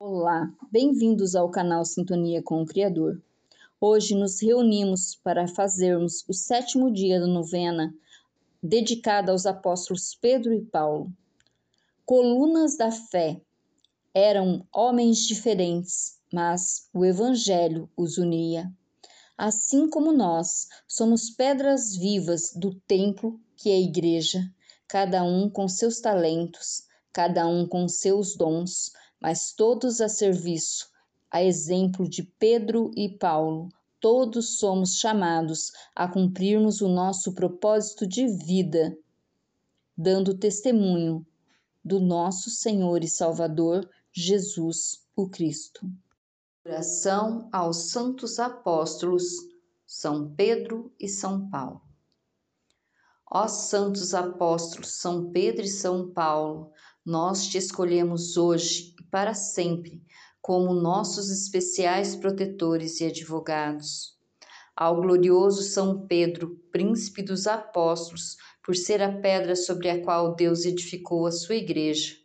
Olá, bem-vindos ao canal Sintonia com o Criador. Hoje nos reunimos para fazermos o 7º dia da novena dedicada aos apóstolos Pedro e Paulo. Colunas da fé, eram homens diferentes, mas o Evangelho os unia. Assim como nós somos pedras vivas do templo que é a igreja, cada um com seus talentos, cada um com seus dons, mas todos a serviço, a exemplo de Pedro e Paulo, todos somos chamados a cumprirmos o nosso propósito de vida, dando testemunho do nosso Senhor e Salvador, Jesus, o Cristo. Oração aos santos apóstolos, São Pedro e São Paulo. Ó santos apóstolos São Pedro e São Paulo, nós te escolhemos hoje e para sempre como nossos especiais protetores e advogados. Ao glorioso São Pedro, príncipe dos apóstolos, por ser a pedra sobre a qual Deus edificou a sua igreja.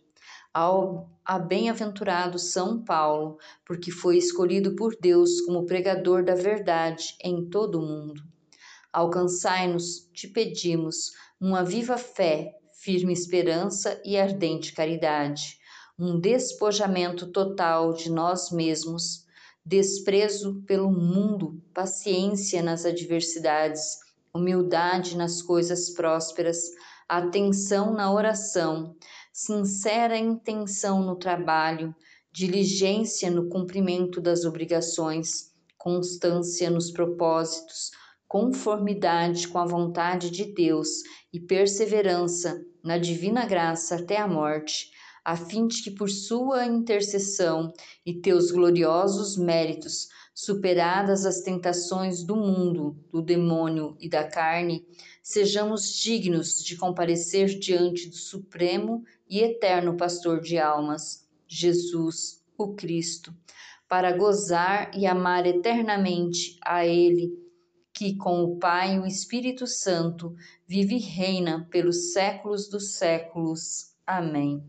A bem-aventurado São Paulo, porque foi escolhido por Deus como pregador da verdade em todo o mundo. Alcançai-nos, te pedimos, uma viva fé, firme esperança e ardente caridade, um despojamento total de nós mesmos, desprezo pelo mundo, paciência nas adversidades, humildade nas coisas prósperas, atenção na oração, sincera intenção no trabalho, diligência no cumprimento das obrigações, constância nos propósitos, conformidade com a vontade de Deus e perseverança na divina graça até a morte, a fim de que por sua intercessão e teus gloriosos méritos, superadas as tentações do mundo, do demônio e da carne, sejamos dignos de comparecer diante do Supremo e Eterno Pastor de almas, Jesus, o Cristo, para gozar e amar eternamente a Ele, que com o Pai e o Espírito Santo vive e reina pelos séculos dos séculos. Amém.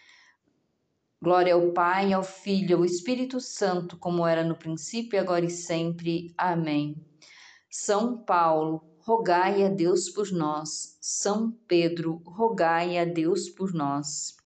Glória ao Pai, ao Filho, ao Espírito Santo, como era no princípio, agora e sempre. Amém. São Paulo, rogai a Deus por nós. São Pedro, rogai a Deus por nós.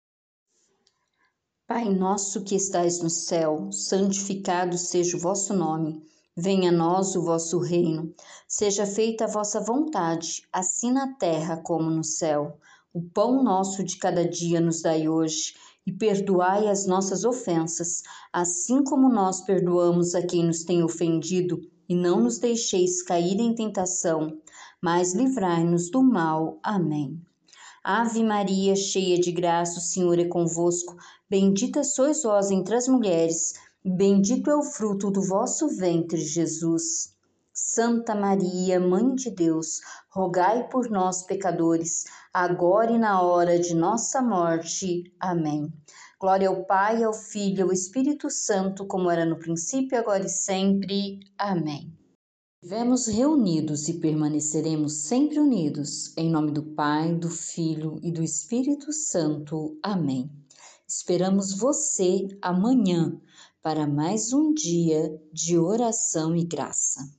Pai nosso que estais no céu, santificado seja o vosso nome. Venha a nós o vosso reino. Seja feita a vossa vontade, assim na terra como no céu. O pão nosso de cada dia nos dai hoje, e perdoai as nossas ofensas, assim como nós perdoamos a quem nos tem ofendido, e não nos deixeis cair em tentação, mas livrai-nos do mal. Amém. Ave Maria, cheia de graça, o Senhor é convosco. Bendita sois vós entre as mulheres, e bendito é o fruto do vosso ventre, Jesus. Santa Maria, Mãe de Deus, rogai por nós, pecadores, agora e na hora de nossa morte. Amém. Glória ao Pai, ao Filho e ao Espírito Santo, como era no princípio, agora e sempre. Amém. Estivemos reunidos e permaneceremos sempre unidos, em nome do Pai, do Filho e do Espírito Santo. Amém. Esperamos você amanhã para mais um dia de oração e graça.